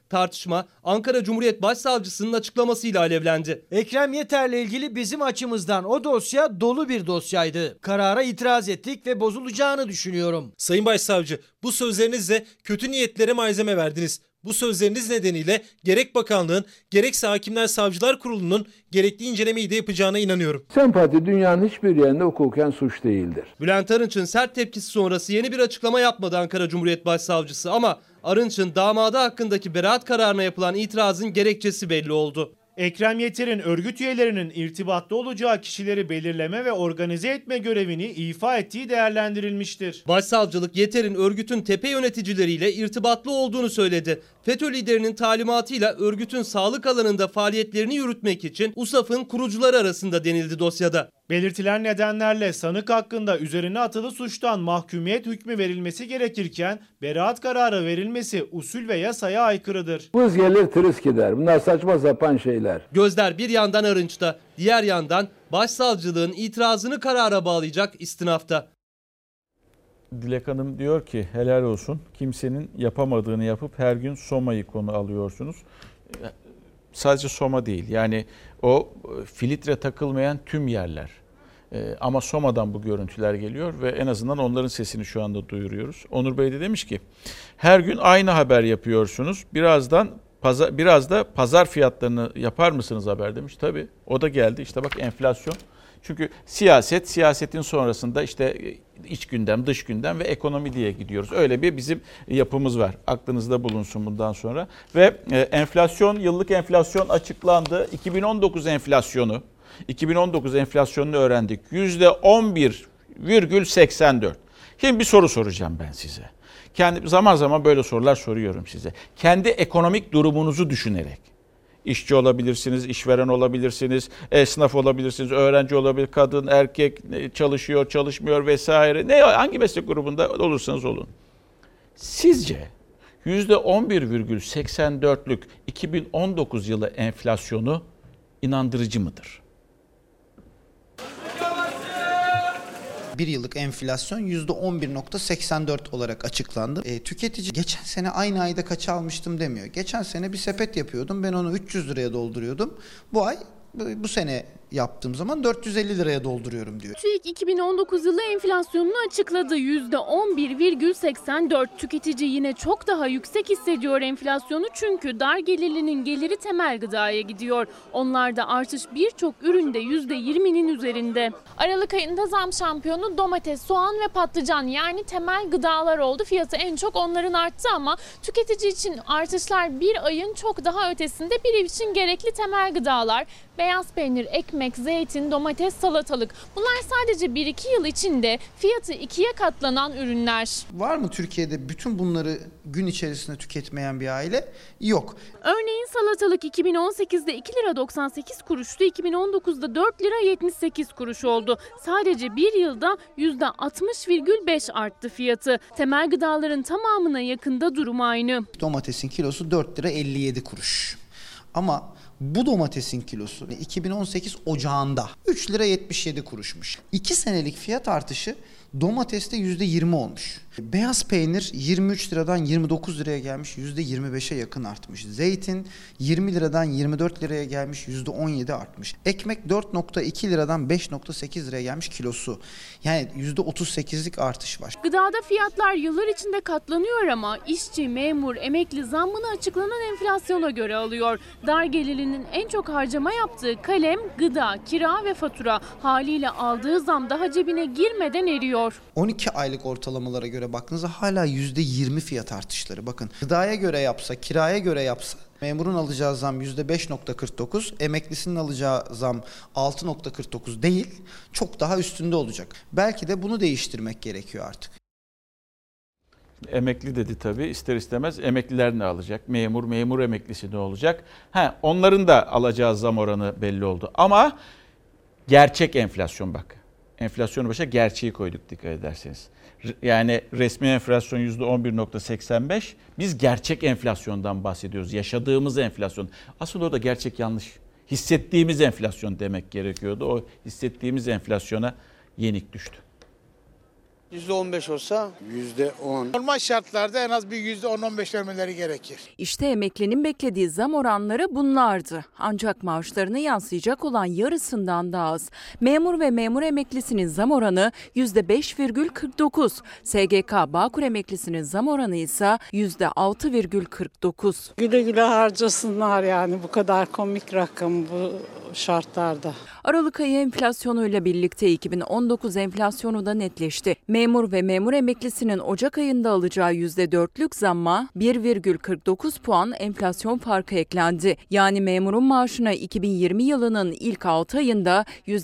Tartışma Ankara Cumhuriyet Başsavcısının açıklamasıyla alevlendi. Ekrem Yeter'le ilgili bizim açımızdan o dosya dolu bir dosyaydı. Karara itiraz ettik ve bozulacağını düşünüyorum. Sayın Başsavcı, bu sözlerinizle kötü niyetlere malzeme verdiniz. Bu sözleriniz nedeniyle gerek bakanlığın gerekse Hakimler Savcılar Kurulu'nun gerekli incelemeyi de yapacağına inanıyorum. Sempati dünyanın hiçbir yerinde hukuken suç değildir. Bülent Arınç'ın sert tepkisi sonrası yeni bir açıklama yapmadı Ankara Cumhuriyet Başsavcısı ama Arınç'ın damadı hakkındaki beraat kararına yapılan itirazın gerekçesi belli oldu. Ekrem Yeter'in örgüt üyelerinin irtibatta olacağı kişileri belirleme ve organize etme görevini ifa ettiği değerlendirilmiştir. Başsavcılık Yeter'in örgütün tepe yöneticileriyle irtibatlı olduğunu söyledi. FETÖ liderinin talimatıyla örgütün sağlık alanında faaliyetlerini yürütmek için USAF'ın kurucuları arasında denildi dosyada. Belirtilen nedenlerle sanık hakkında üzerine atılı suçtan mahkumiyet hükmü verilmesi gerekirken beraat kararı verilmesi usul ve yasaya aykırıdır. Vız gelir tırıs gider. Bunlar saçma sapan şeyler. Gözler bir yandan Arınç'ta, diğer yandan başsavcılığın itirazını karara bağlayacak istinafta. Dilek Hanım diyor ki helal olsun, kimsenin yapamadığını yapıp her gün Soma'yı konu alıyorsunuz. Sadece Soma değil, yani o filtre takılmayan tüm yerler. Ama Soma'dan bu görüntüler geliyor ve en azından onların sesini şu anda duyuruyoruz. Onur Bey de demiş ki her gün aynı haber yapıyorsunuz. Biraz da pazar fiyatlarını yapar mısınız haber demiş. Tabii o da geldi. İşte bak enflasyon. Çünkü siyasetin sonrasında işte iç gündem, dış gündem ve ekonomi diye gidiyoruz. Öyle bir bizim yapımız var. Aklınızda bulunsun bundan sonra. Ve yıllık enflasyon açıklandı. 2019 enflasyonunu öğrendik. %11,84. Şimdi bir soru soracağım ben size. Zaman zaman böyle sorular soruyorum size. Kendi ekonomik durumunuzu düşünerek. İşçi olabilirsiniz, işveren olabilirsiniz, esnaf olabilirsiniz, öğrenci olabilir, kadın, erkek, çalışıyor, çalışmıyor vesaire. Hangi meslek grubunda olursanız olun. Sizce %11,84'lük 2019 yılı enflasyonu inandırıcı mıdır? Bir yıllık enflasyon %11,84 olarak açıklandı. Tüketici geçen sene aynı ayda kaça almıştım demiyor. Geçen sene bir sepet yapıyordum. Ben onu 300 liraya dolduruyordum. Bu sene yaptığım zaman 450 liraya dolduruyorum diyor. TÜİK 2019 yılı enflasyonunu açıkladı. %11,84. Tüketici yine çok daha yüksek hissediyor enflasyonu çünkü dar gelirlinin geliri temel gıdaya gidiyor. Onlarda artış birçok üründe %20'nin üzerinde. Aralık ayında zam şampiyonu domates, soğan ve patlıcan yani temel gıdalar oldu. Fiyatı en çok onların arttı ama tüketici için artışlar bir ayın çok daha ötesinde. Bir ev için gerekli temel gıdalar, beyaz peynir, ekmek, zeytin, domates, salatalık. Bunlar sadece 1-2 yıl içinde fiyatı 2'ye katlanan ürünler. Var mı Türkiye'de bütün bunları gün içerisinde tüketmeyen bir aile? Yok. Örneğin salatalık 2018'de 2 lira 98 kuruştu, 2019'da 4 lira 78 kuruş oldu. Sadece bir yılda %60,5 arttı fiyatı. Temel gıdaların tamamına yakında durum aynı. Domatesin kilosu 4 lira 57 kuruş. Ama bu domatesin kilosu 2018 Ocağı'nda 3 lira 77 kuruşmuş. 2 senelik fiyat artışı domateste %20 olmuş. Beyaz peynir 23 liradan 29 liraya gelmiş, %25'e yakın artmış. Zeytin 20 liradan 24 liraya gelmiş, %17 artmış. Ekmek 4,2 liradan 5,8 liraya gelmiş kilosu. Yani %38'lik artış var. Gıdada fiyatlar yıllar içinde katlanıyor ama işçi, memur, emekli zammını açıklanan enflasyona göre alıyor. Dar gelirlinin en çok harcama yaptığı kalem, gıda, kira ve fatura. Haliyle aldığı zam daha cebine girmeden eriyor. 12 aylık ortalamalara göre baktığınızda hala %20 fiyat artışları. Bakın gıdaya göre yapsa, kiraya göre yapsa memurun alacağı zam %5,49, emeklisinin alacağı zam 6,49 değil, çok daha üstünde olacak. Belki de bunu değiştirmek gerekiyor artık. Emekli dedi tabii, ister istemez emekliler ne alacak? Memur emeklisi ne olacak? Onların da alacağı zam oranı belli oldu. Ama gerçek enflasyon bak. Enflasyonu başa gerçeği koyduk dikkat ederseniz. Yani resmi enflasyon %11,85. Biz gerçek enflasyondan bahsediyoruz. Yaşadığımız enflasyon. Aslında orada gerçek yanlış. Hissettiğimiz enflasyon demek gerekiyordu. O hissettiğimiz enflasyona yenik düştü. %15 olsa %10. Normal şartlarda en az bir %10-15 vermeleri gerekir. İşte emeklinin beklediği zam oranları bunlardı. Ancak maaşlarına yansıyacak olan yarısından daha az. Memur ve memur emeklisinin zam oranı %5,49. SGK Bağkur emeklisinin zam oranı ise %6,49. Güle güle harcasınlar yani bu kadar komik rakam bu şartlarda. Aralık ayı enflasyonuyla birlikte 2019 enflasyonu da netleşti. Memur ve memur emeklisinin Ocak ayında alacağı %4'lük zamma 1,49 puan enflasyon farkı eklendi. Yani memurun maaşına 2020 yılının ilk 6 ayında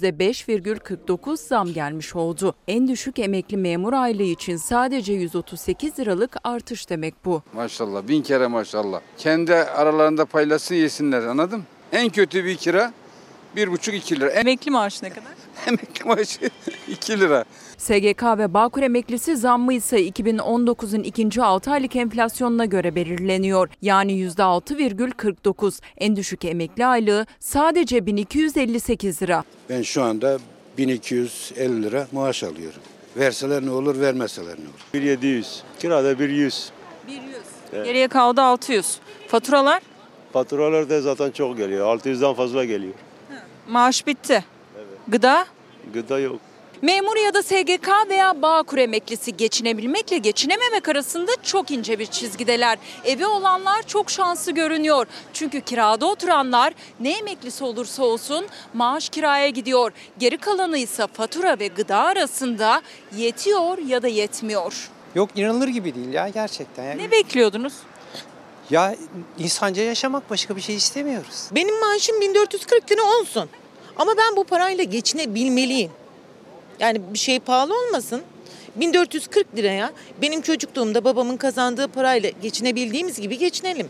%5,49 zam gelmiş oldu. En düşük emekli memur aylığı için sadece 138 liralık artış demek bu. Maşallah, 1000 kere maşallah. Kendi aralarında paylaşsın yesinler, anladın mı? En kötü bir kira 1,5-2 lira. Emekli maaşı ne kadar? Emekli maaşı 2 lira. SGK ve Bağkur emeklisi zammı ise 2019'un ikinci 6 aylık enflasyonuna göre belirleniyor. Yani %6,49. En düşük emekli aylığı sadece 1258 lira. Ben şu anda 1250 lira maaş alıyorum. Verseler ne olur, vermeseler ne olur? 1700, kirada 100. 100. Evet. Geriye kaldı 600. Faturalar? Faturalar da zaten çok geliyor. 600'den fazla geliyor. Maaş bitti. Evet. Gıda? Gıda yok. Memur ya da SGK veya Bağkur emeklisi geçinebilmekle geçinememek arasında çok ince bir çizgideler. Evi olanlar çok şanslı görünüyor. Çünkü kirada oturanlar ne emeklisi olursa olsun maaş kiraya gidiyor. Geri kalanı ise fatura ve gıda arasında yetiyor ya da yetmiyor. Yok, inanılır gibi değil ya gerçekten. Yani, ne bekliyordunuz? Ya insanca yaşamak, başka bir şey istemiyoruz. Benim maaşım 1440 lira olsun. Ama ben bu parayla geçinebilmeliyim. Yani bir şey pahalı olmasın. 1440 liraya benim çocukluğumda babamın kazandığı parayla geçinebildiğimiz gibi geçinelim.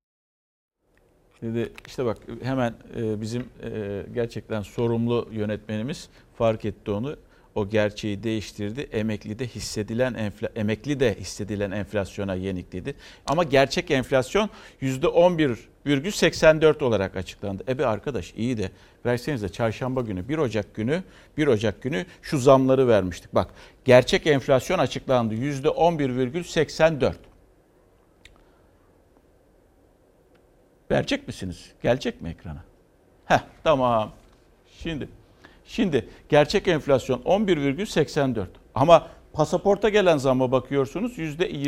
Şimdi işte bak hemen bizim gerçekten sorumlu yönetmenimiz fark etti onu. O gerçeği değiştirdi. Emekli de hissedilen enflasyona yenik dedi. Ama gerçek enflasyon %11,84 olarak açıklandı. Be arkadaş iyi de versenize çarşamba günü 1 Ocak günü şu zamları vermiştik. Bak gerçek enflasyon açıklandı %11,84. Verecek misiniz? Gelecek mi ekrana? Tamam. Şimdi gerçek enflasyon 11,84 ama pasaporta gelen zamma bakıyorsunuz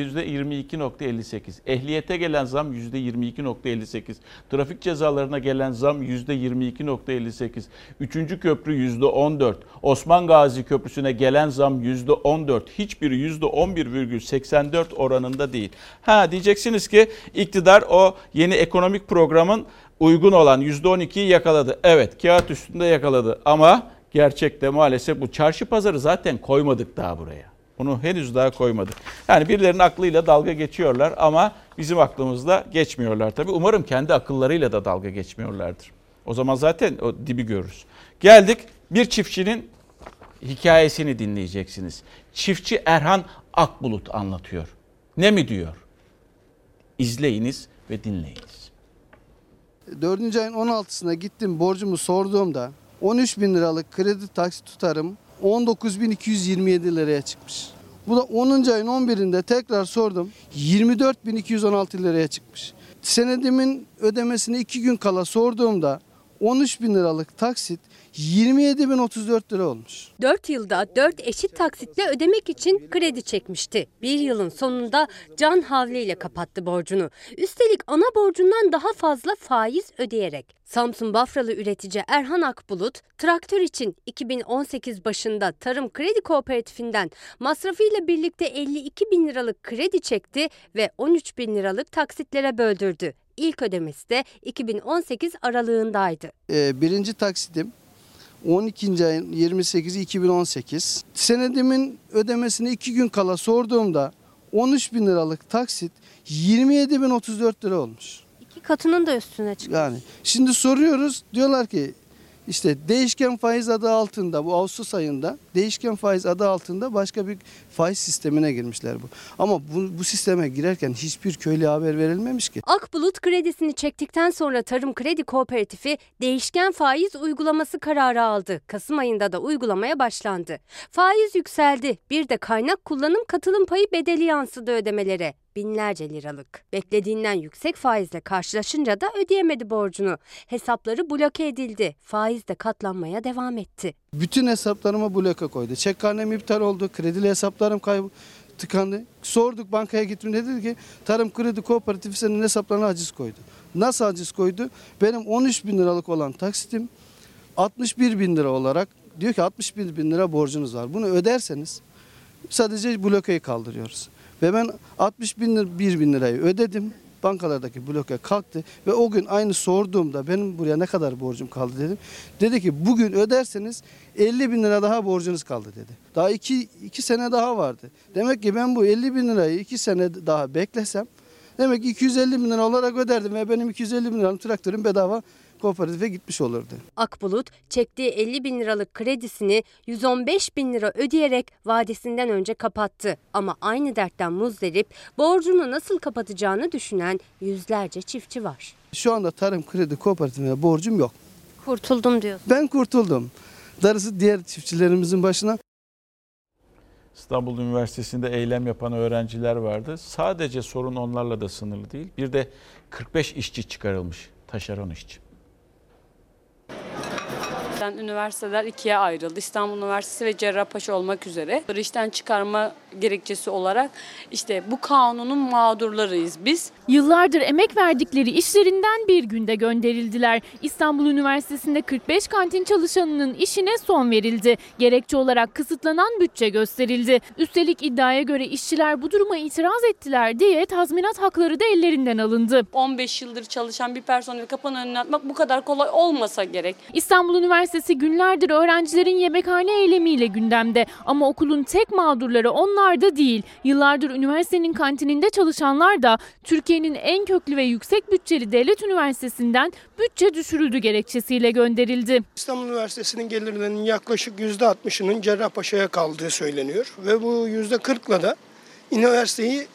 %22,58. Ehliyete gelen zam %22,58. Trafik cezalarına gelen zam %22,58. 3. köprü %14. Osman Gazi Köprüsü'ne gelen zam %14. Hiçbiri %11,84 oranında değil. Diyeceksiniz ki iktidar o yeni ekonomik programın uygun olan %12'yi yakaladı. Evet, kağıt üstünde yakaladı ama gerçekte maalesef bu çarşı pazarı zaten koymadık daha buraya. Bunu henüz daha koymadık. Yani birilerinin aklıyla dalga geçiyorlar ama bizim aklımızla geçmiyorlar tabii. Umarım kendi akıllarıyla da dalga geçmiyorlardır. O zaman zaten o dibi görürüz. Geldik bir çiftçinin hikayesini dinleyeceksiniz. Çiftçi Erhan Akbulut anlatıyor. Ne mi diyor? İzleyiniz ve dinleyiniz. 4. ayın 16'sına gittim, borcumu sorduğumda 13.000 liralık kredi taksit tutarım 19.227 liraya çıkmış. Bu da 10. ayın 11'inde tekrar sordum, 24.216 liraya çıkmış. Senedimin ödemesine 2 gün kala sorduğumda 13.000 liralık taksit 27.034 lira olmuş. 4 yılda 4 eşit taksitle ödemek için kredi çekmişti. Bir yılın sonunda can havliyle kapattı borcunu. Üstelik ana borcundan daha fazla faiz ödeyerek. Samsun Bafralı üretici Erhan Akbulut, traktör için 2018 başında Tarım Kredi Kooperatifinden masrafıyla birlikte 52 bin liralık kredi çekti ve 13 bin liralık taksitlere böldürdü. İlk ödemesi de 2018 aralığındaydı. Birinci taksitim 12. ayın 28'i 2018. Senedimin ödemesine 2 gün kala sorduğumda 13.000 liralık taksit 27.034 lira olmuş. 2 katının da üstüne çıkmış. Yani şimdi soruyoruz, diyorlar ki İşte değişken faiz adı altında bu Ağustos ayında değişken faiz adı altında başka bir faiz sistemine girmişler bu. Ama bu sisteme girerken hiçbir köylüye haber verilmemiş ki. Akbulut kredisini çektikten sonra Tarım Kredi Kooperatifi değişken faiz uygulaması kararı aldı. Kasım ayında da uygulamaya başlandı. Faiz yükseldi. Bir de kaynak kullanım katılım payı bedeli yansıdı ödemelere. Binlerce liralık. Beklediğinden yüksek faizle karşılaşınca da ödeyemedi borcunu. Hesapları bloke edildi. Faiz de katlanmaya devam etti. Bütün hesaplarıma bloke koydu. Çek karnem iptal oldu. Kredili hesaplarım tıkandı. Sorduk bankaya gittim, dedi ki Tarım Kredi Kooperatifi senin hesaplarına haciz koydu. Nasıl haciz koydu? Benim 13 bin liralık olan taksitim 61 bin lira olarak diyor ki 61 bin lira borcunuz var. Bunu öderseniz sadece blokeyi kaldırıyoruz. Ve ben 61 bin lirayı ödedim. Bankalardaki bloke kalktı ve o gün aynı sorduğumda benim buraya ne kadar borcum kaldı dedim. Dedi ki bugün öderseniz 50 bin lira daha borcunuz kaldı dedi. Daha 2 sene daha vardı. Demek ki ben bu 50 bin lirayı 2 sene daha beklesem demek ki 250 bin lira olarak öderdim ve benim 250 bin liralık traktörüm bedava kooperatife gitmiş olurdu. Akbulut çektiği 50 bin liralık kredisini 115 bin lira ödeyerek vadesinden önce kapattı. Ama aynı dertten muzdarip borcunu nasıl kapatacağını düşünen yüzlerce çiftçi var. Şu anda Tarım Kredi Kooperatifine borcum yok. Kurtuldum diyorsun. Ben kurtuldum. Darısı diğer çiftçilerimizin başına. İstanbul Üniversitesi'nde eylem yapan öğrenciler vardı. Sadece sorun onlarla da sınırlı değil. Bir de 45 işçi çıkarılmış, taşeron işçi. Üniversiteler ikiye ayrıldı. İstanbul Üniversitesi ve Cerrahpaşa olmak üzere. İşten çıkarma gerekçesi olarak işte bu kanunun mağdurlarıyız biz. Yıllardır emek verdikleri işlerinden bir günde gönderildiler. İstanbul Üniversitesi'nde 45 kantin çalışanının işine son verildi. Gerekçe olarak kısıtlanan bütçe gösterildi. Üstelik iddiaya göre işçiler bu duruma itiraz ettiler diye tazminat hakları da ellerinden alındı. 15 yıldır çalışan bir personeli kapının önüne atmak bu kadar kolay olmasa gerek. İstanbul Üniversitesi günlerdir öğrencilerin yemekhane eylemiyle gündemde. Ama okulun tek mağdurları onlar da değil. Yıllardır üniversitenin kantininde çalışanlar da Türkiye'nin en köklü ve yüksek bütçeli devlet üniversitesinden bütçe düşürüldü gerekçesiyle gönderildi. İstanbul Üniversitesi'nin gelirlerinin yaklaşık %60'ının Cerrahpaşa'ya kaldığı söyleniyor. Ve bu %40'la da üniversiteyi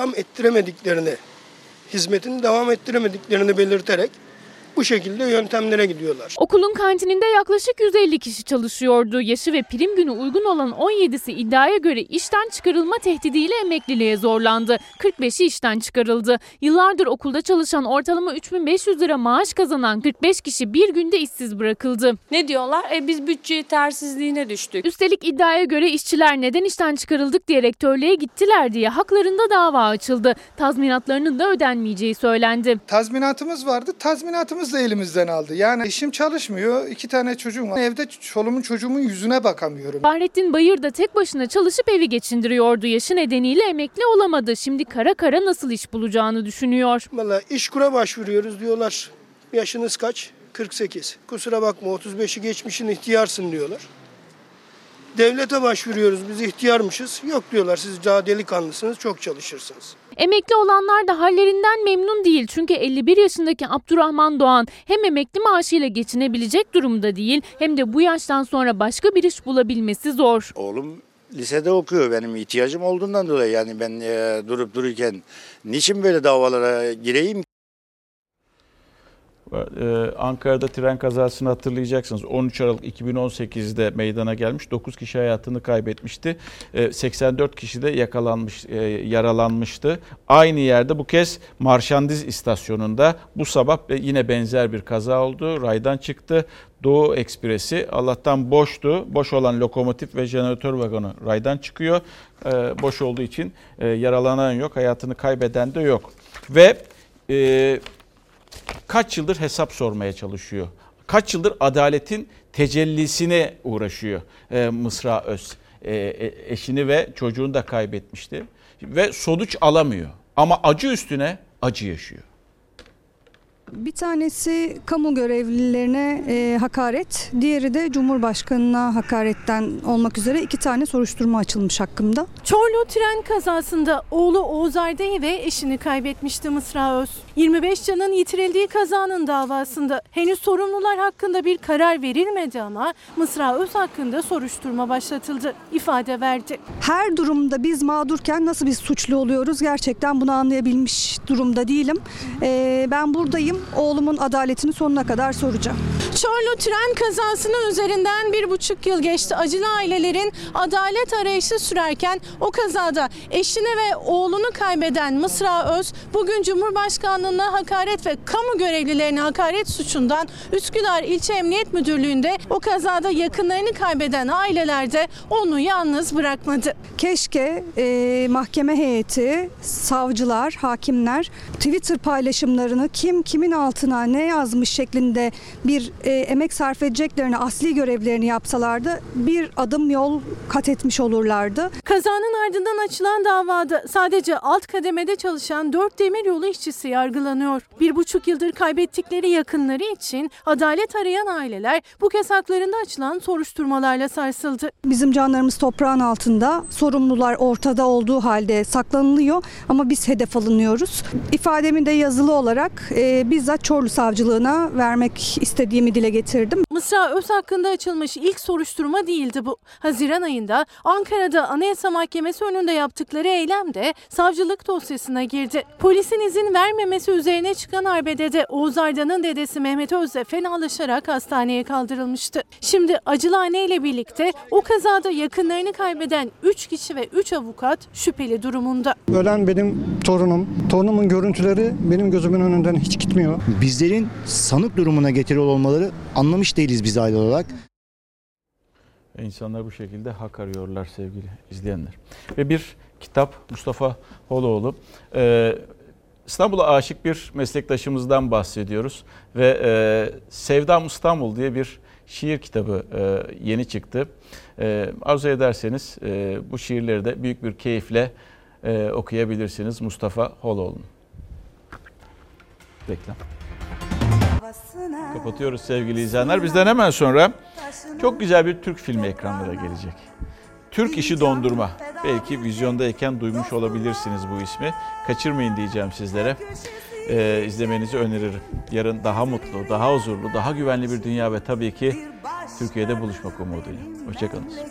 hizmetini devam ettiremediklerini belirterek bu şekilde yöntemlere gidiyorlar. Okulun kantininde yaklaşık 150 kişi çalışıyordu. Yaşı ve prim günü uygun olan 17'si iddiaya göre işten çıkarılma tehdidiyle emekliliğe zorlandı. 45'i işten çıkarıldı. Yıllardır okulda çalışan ortalama 3500 lira maaş kazanan 45 kişi bir günde işsiz bırakıldı. Ne diyorlar? Biz bütçe yetersizliğine düştük. Üstelik iddiaya göre işçiler neden işten çıkarıldık diye rektörlüğe gittiler diye haklarında dava açıldı. Tazminatlarının da ödenmeyeceği söylendi. Tazminatımız vardı. Tazminatımız da elimizden aldı. Yani eşim çalışmıyor. 2 tane çocuğum var. Evde çoluğumun çocuğumun yüzüne bakamıyorum. Fahrettin Bayır da tek başına çalışıp evi geçindiriyordu. Yaşı nedeniyle emekli olamadı. Şimdi kara kara nasıl iş bulacağını düşünüyor. Vallahi İşkur'a başvuruyoruz diyorlar. Yaşınız kaç? 48. Kusura bakma 35'i geçmişin ihtiyarsın diyorlar. Devlete başvuruyoruz, biz ihtiyarmışız. Yok diyorlar, siz daha delikanlısınız, çok çalışırsınız. Emekli olanlar da hallerinden memnun değil. Çünkü 51 yaşındaki Abdurrahman Doğan hem emekli maaşıyla geçinebilecek durumda değil hem de bu yaştan sonra başka bir iş bulabilmesi zor. Oğlum lisede okuyor, benim ihtiyacım olduğundan dolayı yani ben durup dururken niçin böyle davalara gireyim? Ankara'da tren kazasını hatırlayacaksınız. 13 Aralık 2018'de meydana gelmiş. 9 kişi hayatını kaybetmişti. 84 kişi de yaralanmıştı. Aynı yerde bu kez Marşandiz istasyonunda bu sabah yine benzer bir kaza oldu. Raydan çıktı. Doğu Ekspresi Allah'tan boştu. Boş olan lokomotif ve jeneratör vagonu raydan çıkıyor. Boş olduğu için yaralanan yok, hayatını kaybeden de yok. Ve kaç yıldır hesap sormaya çalışıyor. Kaç yıldır adaletin tecellisine uğraşıyor Mısra Öz. Eşini ve çocuğunu da kaybetmişti. Ve sonuç alamıyor. Ama acı üstüne acı yaşıyor. Bir tanesi kamu görevlilerine hakaret, diğeri de Cumhurbaşkanı'na hakaretten olmak üzere 2 tane soruşturma açılmış hakkımda. Çorlu tren kazasında oğlu Oğuz Ardey ve eşini kaybetmişti Mısra Öz. 25 canın yitirildiği kazanın davasında henüz sorumlular hakkında bir karar verilmedi ama Mısra Öz hakkında soruşturma başlatıldı. İfade verdi. Her durumda biz mağdurken nasıl biz suçlu oluyoruz gerçekten bunu anlayabilmiş durumda değilim. Ben buradayım. Oğlumun adaletini sonuna kadar soracağım. Çorlu tren kazasının üzerinden 1,5 yıl geçti. Acılı ailelerin adalet arayışı sürerken o kazada eşini ve oğlunu kaybeden Mısra Öz bugün Cumhurbaşkanlığına hakaret ve kamu görevlilerine hakaret suçundan Üsküdar İlçe Emniyet Müdürlüğü'nde o kazada yakınlarını kaybeden aileler de onu yalnız bırakmadı. Keşke mahkeme heyeti, savcılar, hakimler Twitter paylaşımlarını kimin altına ne yazmış şeklinde bir emek sarf edeceklerine asli görevlerini yapsalardı bir adım yol kat etmiş olurlardı. Kazanın ardından açılan davada sadece alt kademede çalışan 4 demiryolu işçisi yargılanıyor. 1,5 yıldır kaybettikleri yakınları için adalet arayan aileler bu kez haklarında açılan soruşturmalarla sarsıldı. Bizim canlarımız toprağın altında, sorumlular ortada olduğu halde saklanılıyor ama biz hedef alınıyoruz. İfademi de yazılı olarak bizzat Çorlu Savcılığına vermek istediğimi dile getirdim. Mısra Öz hakkında açılmış ilk soruşturma değildi bu. Haziran ayında Ankara'da Anayasa Mahkemesi önünde yaptıkları eylem de savcılık dosyasına girdi. Polisin izin vermemesi üzerine çıkan arbedede Oğuz Arda'nın dedesi Mehmet Öz de fenalaşarak hastaneye kaldırılmıştı. Şimdi acılı ile birlikte o kazada yakınlarını kaybeden 3 kişi ve 3 avukat şüpheli durumunda. Ölen benim torunum. Torunumun görüntüleri benim gözümün önünden hiç gitmiyor. Bizlerin sanık durumuna getiriyor olmaları anlamış değiliz biz aile olarak. İnsanlar bu şekilde hak arıyorlar sevgili izleyenler. Ve bir kitap Mustafa Holoğlu. İstanbul'a aşık bir meslektaşımızdan bahsediyoruz. Ve Sevdam İstanbul diye bir şiir kitabı yeni çıktı. Arzu ederseniz bu şiirleri de büyük bir keyifle okuyabilirsiniz Mustafa Holoğlu'nun. Reklam. Kapatıyoruz sevgili izleyenler. Bizden hemen sonra çok güzel bir Türk filmi ekranlara gelecek. Türk İşi Dondurma. Belki vizyondayken duymuş olabilirsiniz bu ismi. Kaçırmayın diyeceğim sizlere. İzlemenizi öneririm. Yarın daha mutlu, daha huzurlu, daha güvenli bir dünya ve tabii ki Türkiye'de buluşmak umuduyla. Hoşçakalın.